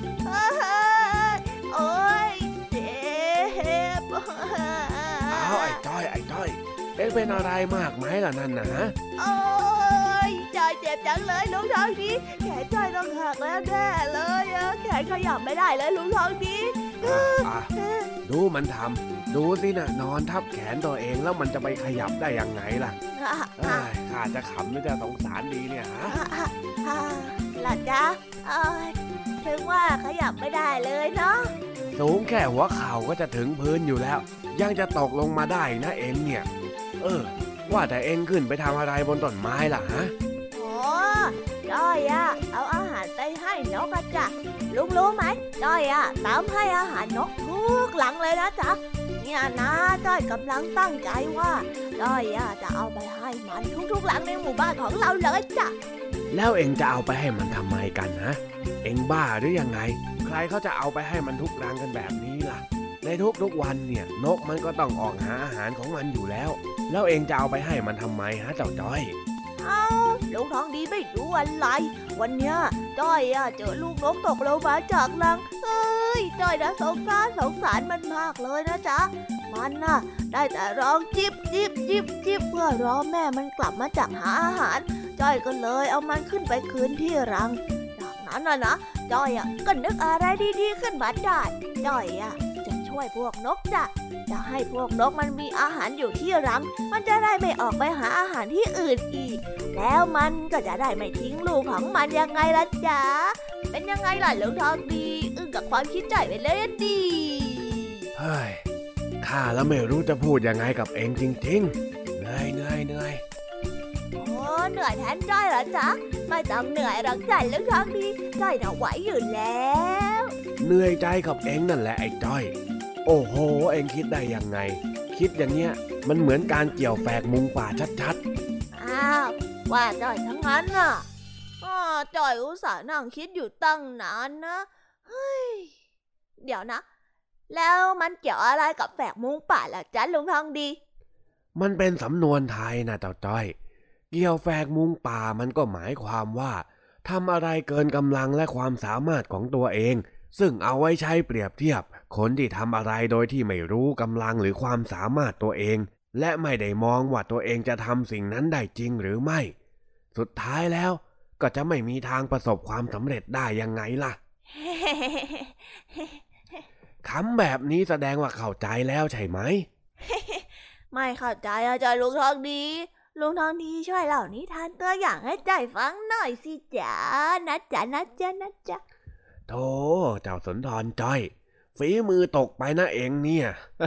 โอ๊ยเจ็บอ้าวไอ้จ้อยเอ็งเป็นอะไรมากไหมล่ะนั่นนะโอ๊ยจ้อยเจ็บจังเลยลุงทองดีแขนจ้อยต้องหักแล้วแน่เลยแขนขยับไม่ได้เลยลุงทองดีดูมันทำดูสินะนอนทับแขนตัวเองแล้วมันจะไปขยับได้ยังไงล่ะข้าจะขำหรือจะสงสารดีเนี่ยฮะล่ะจ๊ะถึงว่าขยับไม่ได้เลยเนาะสูงแค่หัวเข่าก็จะถึงพื้นอยู่แล้วยังจะตกลงมาได้นะเอ็งเนี่ยว่าแต่เอ็งขึ้นไปทำอะไรบนต้นไม้ล่ะฮะจ้อยเอาอาหารไปให้นกจ้ะลุงรู้ไหมจ้อยตามให้อาหารนกทุกหลังเลยนะจ๊ะเนี่ยนะจ้อยกำลังตั้งใจว่าจ้อยจะเอาไปให้มันทุกหลังในหมู่บ้านของเราเลยจ้ะแล้วเอ็งจะเอาไปให้มันทำไมกันฮะเอ็งบ้าหรือยังไงใครเขาจะเอาไปให้มันทุกรังกันแบบนี้ล่ะในทุกวันเนี่ยนกมันก็ต้องออกหาอาหารของมันอยู่แล้วเอ็งจะเอาไปให้มันทำไมฮะเจ้าจ้อยลุงทองดีไม่รู้อะไรวันเนี้ยจ้อยเจอลูกนกตกลงมาจากรังจ้อยนะสงสารมันมากเลยนะจ๊ะมันได้แต่ร้องจิบเพื่อรอแม่มันกลับมาจากหาอาหารจ้อยก็เลยเอามันขึ้นไปคืนที่รังจากนั้นนะจ้อยก็นึกอะไรดีๆขึ้นมาได้จ้อยจะช่วยพวกนกจะให้พวกนกมันมีอาหารอยู่ที่รังมันจะได้ไม่ออกไปหาอาหารที่อื่นอีกแล้วมันก็จะได้ไม่ทิ้งลูกของมันยังไงล่ะจ๊ะเป็นยังไงล่ะลุงทองดีอึ้งกับความคิดจ้อยไปเลยดิเฮ้ยข้าแล้วไม่รู้จะพูดยังไงกับเองจริงๆเหนื่อยเหนื่อยแทนจ้อยเหรอจ๊ะไม่ต้องเหนื่อยหรอกจ้ะลุงทองดีจ้อยน่ะไหวอยู่แล้วเหนื่อยใจกับเองนั่นแหละไอ้จ้อยโอ้โหเองคิดได้ยังไงคิดอย่างเงี้ยมันเหมือนการเกี่ยวแฝกมุงป่าชัดๆว่าจ้อยทั้งนั้นจ้อยอุตส่าห์นั่งคิดอยู่ตั้งนานนะเฮ้ยเดี๋ยวนะแล้วมันเกี่ยวอะไรกับแฝกมุงป่าล่ะจ๊ะลุงทองดีมันเป็นสำนวนไทยนะเจ้าจ้อยเกี่ยวแฝกมุงป่ามันก็หมายความว่าทำอะไรเกินกำลังและความสามารถของตัวเองซึ่งเอาไว้ใช้เปรียบเทียบคนที่ทำอะไรโดยที่ไม่รู้กำลังหรือความสามารถตัวเองและไม่ได้มองว่าตัวเองจะทำสิ่งนั้นได้จริงหรือไม่สุดท้ายแล้วก็จะไม่มีทางประสบความสำเร็จได้ยังไงล่ะ คำแบบนี้แสดงว่าเข้าใจแล้วใช่ไหมไม่เข้าใจจ้ะลุงทองดีช่วยเล่านิทานตัวอย่างให้จ้อยฟังหน่อยสิจ๊ะนะจ๊ะโธ่เจ้าสุนทรจ้อยฝีมือตกไปนะเองเนี่ย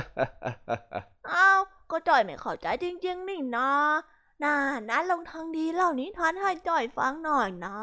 ก็จ้อยไม่เข้าใจจริงๆนี่นะลุงทองดีเล่านิทานให้จ้อยฟังหน่อยนะ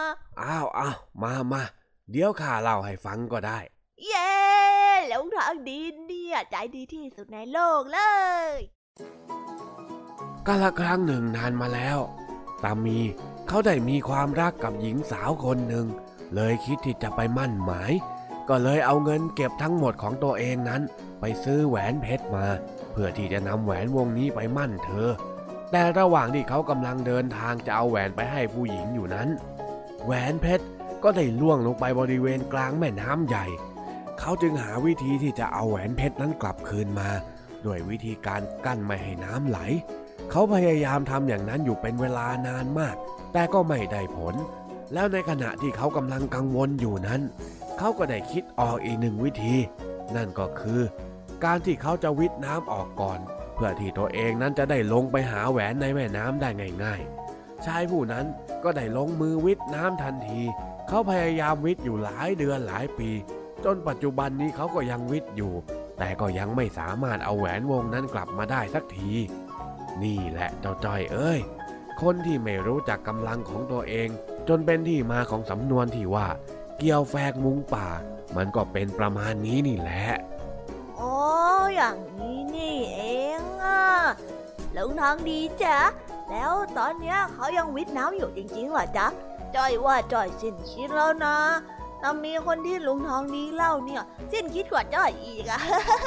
มาเดี๋ยวข้าเล่าให้ฟังก็ได้เย้ลุงทองดีเนี่ยใจดีที่สุดในโลกเลยกาลครั้งหนึ่งนานมาแล้วตามีเขาได้มีความรักกับหญิงสาวคนหนึ่งเลยคิดที่จะไปมั่นหมายก็เลยเอาเงินเก็บทั้งหมดของตัวเองนั้นไปซื้อแหวนเพชรมาเพื่อที่จะนำแหวนวงนี้ไปมั่นเธอแต่ระหว่างที่เขากำลังเดินทางจะเอาแหวนไปให้ผู้หญิงอยู่นั้นแหวนเพชรก็ได้ล่วงลงไปบริเวณกลางแม่น้ำใหญ่เขาจึงหาวิธีที่จะเอาแหวนเพชรนั้นกลับคืนมาด้วยวิธีการกั้นไม่ให้น้ำไหลเขาพยายามทำอย่างนั้นอยู่เป็นเวลานานมากแต่ก็ไม่ได้ผลแล้วในขณะที่เขากำลังกังวลอยู่นั้นเขาก็ได้คิดออกอีกหนึ่งวิธีนั่นก็คือการที่เขาจะวิทน้ำออกก่อนเพื่อที่ตัวเองนั้นจะได้ลงไปหาแหวนในแม่น้ำได้ง่ายๆชายผู้นั้นก็ได้ลงมือวิทน้ำทันทีเขาพยายามวิทอยู่หลายเดือนหลายปีจนปัจจุบันนี้เขาก็ยังวิทอยู่แต่ก็ยังไม่สามารถเอาแหวนวงนั้นกลับมาได้สักทีนี่แหละเจ้าจ้อยเอ้ยคนที่ไม่รู้จักกำลังของตัวเองจนเป็นที่มาของสำนวนที่ว่าเกี่ยวแฝกมุงป่ามันก็เป็นประมาณนี้นี่แหละโอ้อย่างนี้นี่เองอ่ะลุงทองดีจ๊ะแล้วตอนเนี้ยเขายังวิทน้ำอยู่จริงๆเหรอจ๊ะจ้อยว่าจ้อยสิ้นคิดแล้วนะแต่มีคนที่ลุงทองดีเล่าเนี่ยสิ้นคิดกว่าจ้อยอีกอ่ะ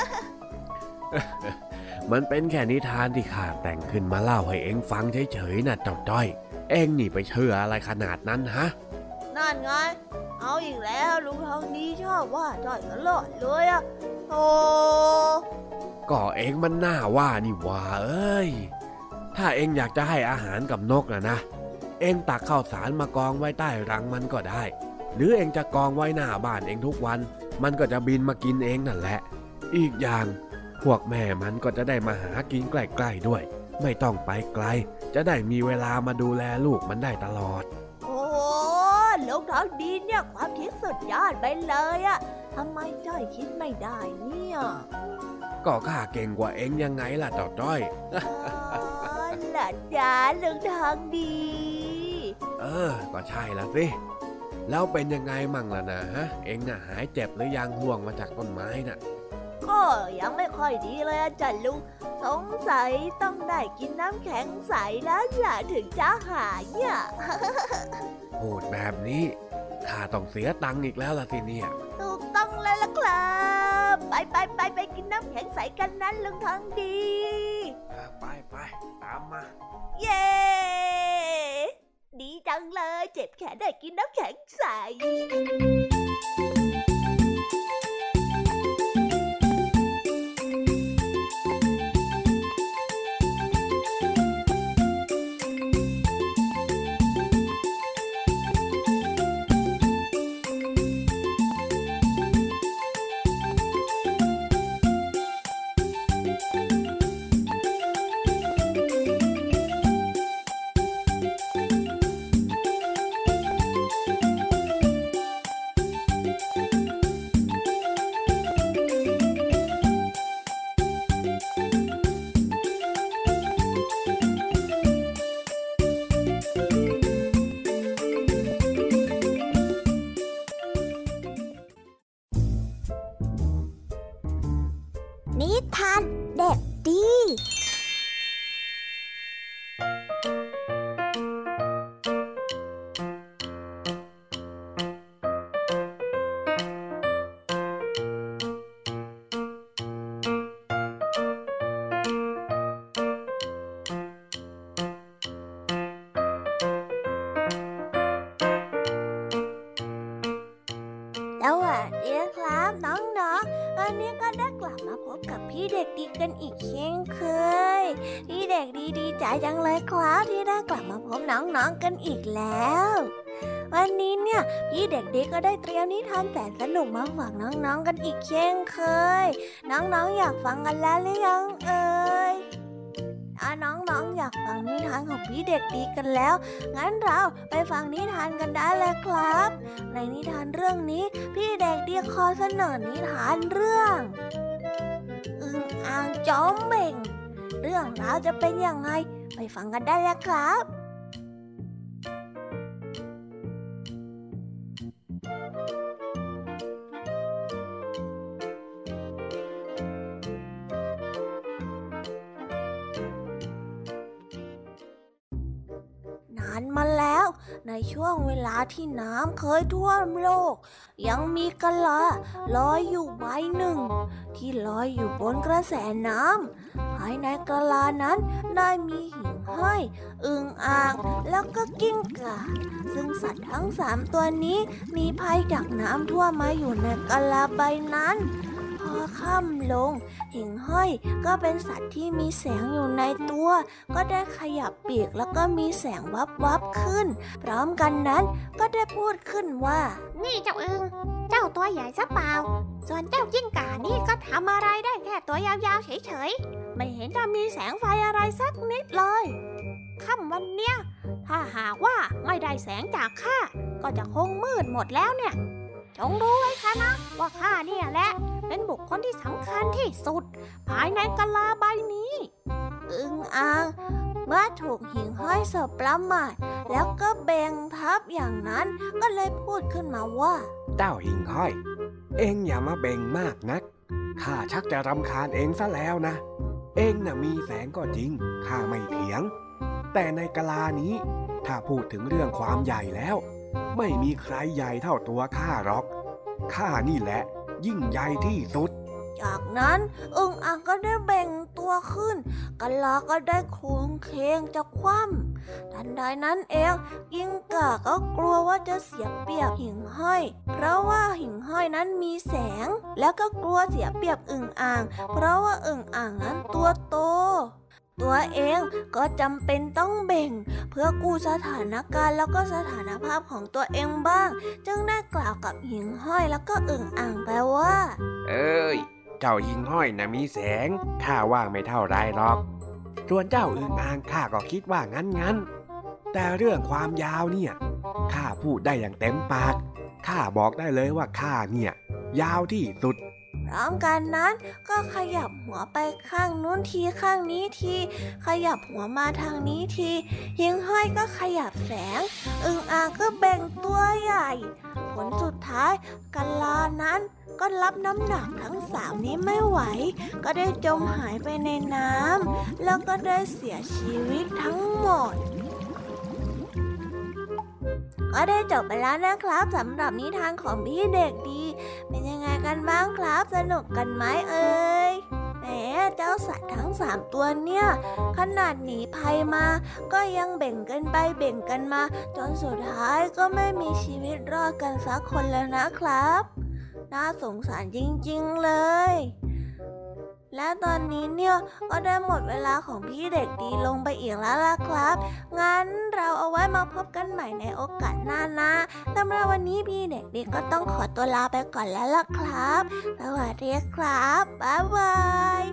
มันเป็นแค่นิทานที่ข้าแต่งขึ้นมาเล่าให้เอ็งฟังเฉยๆนะเจ้าจ้อยเอ็งนี่ไปเชื่ออะไรขนาดนั้นฮะนั่นไงเอาอีกแล้วลุงทองดีชอบว่าจ้อยตลอดเลยอ่ะโอ้ก็เอ็งมันน่าว่านี่ว่าเอ้ยถ้าเอ็งอยากจะให้อาหารกับนกนะเอ็งตักข้าวสารมากองไว้ใต้รังมันก็ได้หรือเอ็งจะกองไว้หน้าบ้านเอ็งทุกวันมันก็จะบินมากินเองนั่นแหละอีกอย่างพวกแม่มันก็จะได้มาหากินใกล้ๆด้วยไม่ต้องไปไกลจะได้มีเวลามาดูแลลูกมันได้ตลอดโอ้ลุงทองดีเนี่ยความคิดสุดยอดไปเลยอะทำไมจ้อยคิดไม่ได้เนี่ยก็ข้าเก่งกว่าเอ็งยังไงล่ะเจ้าจ้อยล่ะจ้าลุงทองดีก็ใช่ละสิแล้วเป็นยังไงมั่งล่ะนะฮะเอ็งน่ะหายเจ็บหรือยังห่วงมาจากต้นไม้น่ะก็ยังไม่ค่อยดีเลยอาจารย์ลุงสงสัยต้องได้กินน้ำแข็งใสแล้วล่ะถึงจะหายเนี่ยพูดแบบนี้ข้าต้องเสียตังค์อีกแล้วล่ะสิเนี่ยถูกต้องเลยล่ะครับไปกินน้ำแข็งใสกันนั้นลุงทองดีไปตามมาเย้ดีจังเลยเจ็บแขนได้กินน้ำแข็งใสนิทานเด็กดีกันอีกเช่นเคยพี่เด็กดีดีใจจังเลยครับที่ได้กลับมาพบน้องๆกันอีกแล้ววันนี้เนี่ยพี่เด็กดีก็ได้เตรียมนิทานแสนสนุกมาฝากน้องๆกันอีกเช่นเคยน้องๆอยากฟังกันแล้วหรือยังเอ่ยน้องๆอยากฟังนิทานของพี่เด็กดีกันแล้วงั้นเราไปฟังนิทานกันได้เลยครับในนิทานเรื่องนี้พี่เด็กดีขอเสนอนิทานเรื่องอึ่งอ่างจ้อมเบ่งเรื่องราวจะเป็นยังไงไปฟังกันได้แล้วครับ านมาแล้วในช่วงเวลาที่น้ำเคยท่วมโลกยังมีกะลาลอยอยู่ใบหนึ่งที่ลอยอยู่บนกระแสน้ำภายในกะลานั้นได้มีหิ่งห้อยอึ่งอ่างแล้วก็กิ้งก่าซึ่งสัตว์ทั้ง3ตัวนี้หนีภัยจากน้ำท่วมมาอยู่ในกะลาใบนั้นพอค่ำลงหิ่งห้อยก็เป็นสัตว์ที่มีแสงอยู่ในตัวก็ได้ขยับปีกแล้วก็มีแสงวับๆขึ้นพร้อมกันนั้นก็ได้พูดขึ้นว่านี่เจ้าอึ่งเจ้าตัวใหญ่ซะเปล่าส่วนเจ้ากิ้งก่านี่ก็ทำอะไรได้แค่ตัวยาวๆเฉยๆไม่เห็นจะมีแสงไฟอะไรสักนิดเลยค่ำวันเนี้ยถ้าหากว่าไม่ได้แสงจากข้าก็จะคงมืดหมดแล้วเนี่ยจงรู้ไว้ซะนะว่าข้าเนี่ยแหละเป็นบุคคลที่สำคัญที่สุดภายในกะลาใบนี้อึ่งอ่างเมื่อถูกหิ่งห้อยสบประมาทแล้วก็เบ่งทับอย่างนั้นก็เลยพูดขึ้นมาว่าเจ้าหิ่งห้อยเอ็งอย่ามาเบ่งมากนักข้าชักจะรำคาญเอ็งซะแล้วนะเอ็งน่ะมีแสงก็จริงข้าไม่เถียงแต่ในกะลานี้ถ้าพูดถึงเรื่องความใหญ่แล้วไม่มีใครใหญ่เท่าตัวข้าหรอกข้านี่แหละยิ่งใหญ่ที่สุดจากนั้นอึ่งอ่างก็ได้เบ่งตัวขึ้นกะลาก็ได้โค้งเคงจะคว่ำทันใดนั้นเองกิ้งก่าก็กลัวว่าจะเสียเปรียบหิ่งห้อยเพราะว่าหิ่งห้อยนั้นมีแสงแล้วก็กลัวเสียเปรียบอึ่งอ่างเพราะว่าอึ่งอ่างนั้นตัวโตตัวเองก็จำเป็นต้องเบ่งเพื่อกู้สถานการณ์แล้วก็สถานภาพของตัวเองบ้างจึงได้กล่าวกับหิ่งห้อยแล้วก็อึ่งอ่างไปว่าเอ้ยเจ้าหิ่งห้อยน่ะมีแสงข้าว่าไม่เท่าไรหรอกส่วนเจ้าอึ่งอ่างข้าก็คิดว่างั้นแต่เรื่องความยาวเนี่ยข้าพูดได้อย่างเต็มปากข้าบอกได้เลยว่าข้าเนี่ยยาวที่สุดพร้อมกันนั้นก็ขยับหัวไปข้างนู้นทีข้างนี้ทีขยับหัวมาทางนี้ทีหิ่งห้อยก็ขยับแสงอึ่งอ่างก็แบ่งตัวใหญ่ผลสุดท้ายกะลานั้นก็รับน้ำหนักทั้ง3นี้ไม่ไหวก็ได้จมหายไปในน้ำแล้วก็ได้เสียชีวิตทั้งหมดก็ได้จบไปแล้วนะครับสำหรับนิทานของพี่เด็กดีเป็นยังไงกันบ้างครับสนุกกันไหมเอ่ยแหมเจ้าสัตว์ทั้ง3ตัวเนี่ยขนาดหนีภัยมาก็ยังเบ่งกันไปเบ่งกันมาจนสุดท้ายก็ไม่มีชีวิตรอดกันสักคนแล้วนะครับน่าสงสารจริงๆเลยและตอนนี้เนี่ยก็ได้หมดเวลาของพี่เด็กดีลงไปอีกแล้วล่ะครับงั้นเราเอาไว้มาพบกันใหม่ในโอกาสหน้านะสำหรับวันนี้พี่เด็กดีก็ต้องขอตัวลาไปก่อนแล้วล่ะครับสวัสดีครับบ๊ายบาย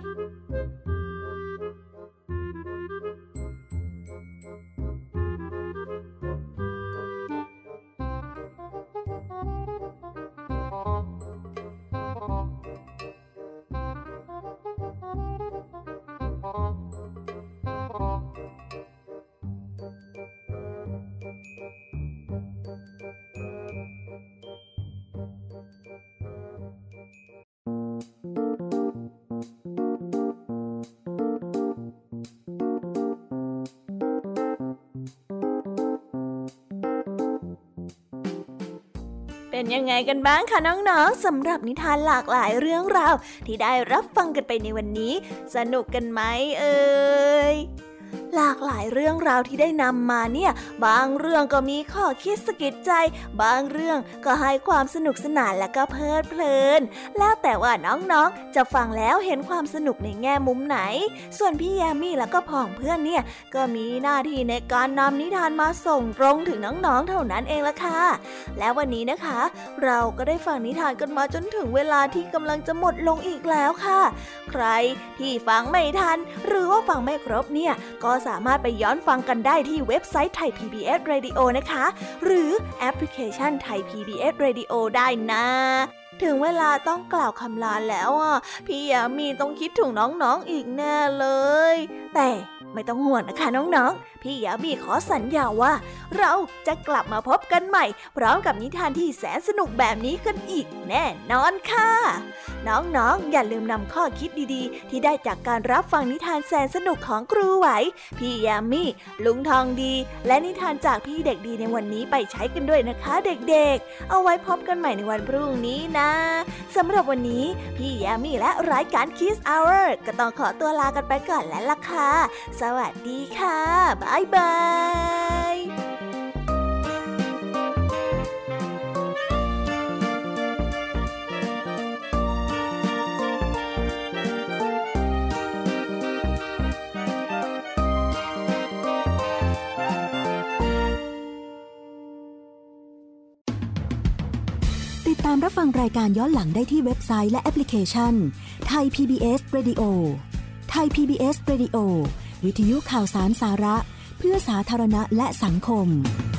เป็นยังไงกันบ้างคะน้องๆสำหรับนิทานหลากหลายเรื่องราวที่ได้รับฟังกันไปในวันนี้สนุกกันไหมเอ่ยหลากหลายเรื่องราวที่ได้นำมาเนี่ยบางเรื่องก็มีข้อคิดสะกิดใจบางเรื่องก็ให้ความสนุกสนานและก็เพลิดเพลินแล้วแต่ว่าน้องๆจะฟังแล้วเห็นความสนุกในแง่มุมไหนส่วนพี่แยมมี่แล้วก็พ่องเพื่อนเนี่ยก็มีหน้าที่ในการนำนิทานมาส่งตรงถึงน้องๆเท่านั้นเองละค่ะและวันนี้นะคะเราก็ได้ฟังนิทานกันมาจนถึงเวลาที่กำลังจะหมดลงอีกแล้วค่ะใครที่ฟังไม่ทันหรือว่าฟังไม่ครบเนี่ยก็สามารถไปย้อนฟังกันได้ที่เว็บไซต์ Thai PBS Radio นะคะหรือแอปพลิเคชัน Thai PBS Radio ได้นะถึงเวลาต้องกล่าวคำลาแล้วอ่ะพี่ยามีต้องคิดถึงน้องๆอีกแน่เลยแต่ไม่ต้องห่วงนะคะน้องๆพี่ยามีขอสัญญาว่าเราจะกลับมาพบกันใหม่พร้อมกับนิทานที่แสนสนุกแบบนี้กันอีกแน่นอนค่ะน้องๆอย่าลืมนำข้อคิดดีๆที่ได้จากการรับฟังนิทานแสนสนุกของครูไหวพี่ยามีลุงทองดีและนิทานจากพี่เด็กดีในวันนี้ไปใช้กันด้วยนะคะเด็กๆเอาไว้พบกันใหม่ในวันพรุ่งนี้นะสำหรับวันนี้พี่ยามีและรายการ Kids Hour ก็ต้องขอตัวลากันไปก่อนแล้วล่ะค่ะสวัสดีค่ะบ๊ายบายติดตามรับฟังรายการย้อนหลังได้ที่เว็บไซต์และแอปพลิเคชัน Thai PBS Radio Thai PBS Radio วิทยุข่าวสารสาระเพื่อสาธารณะและสังคม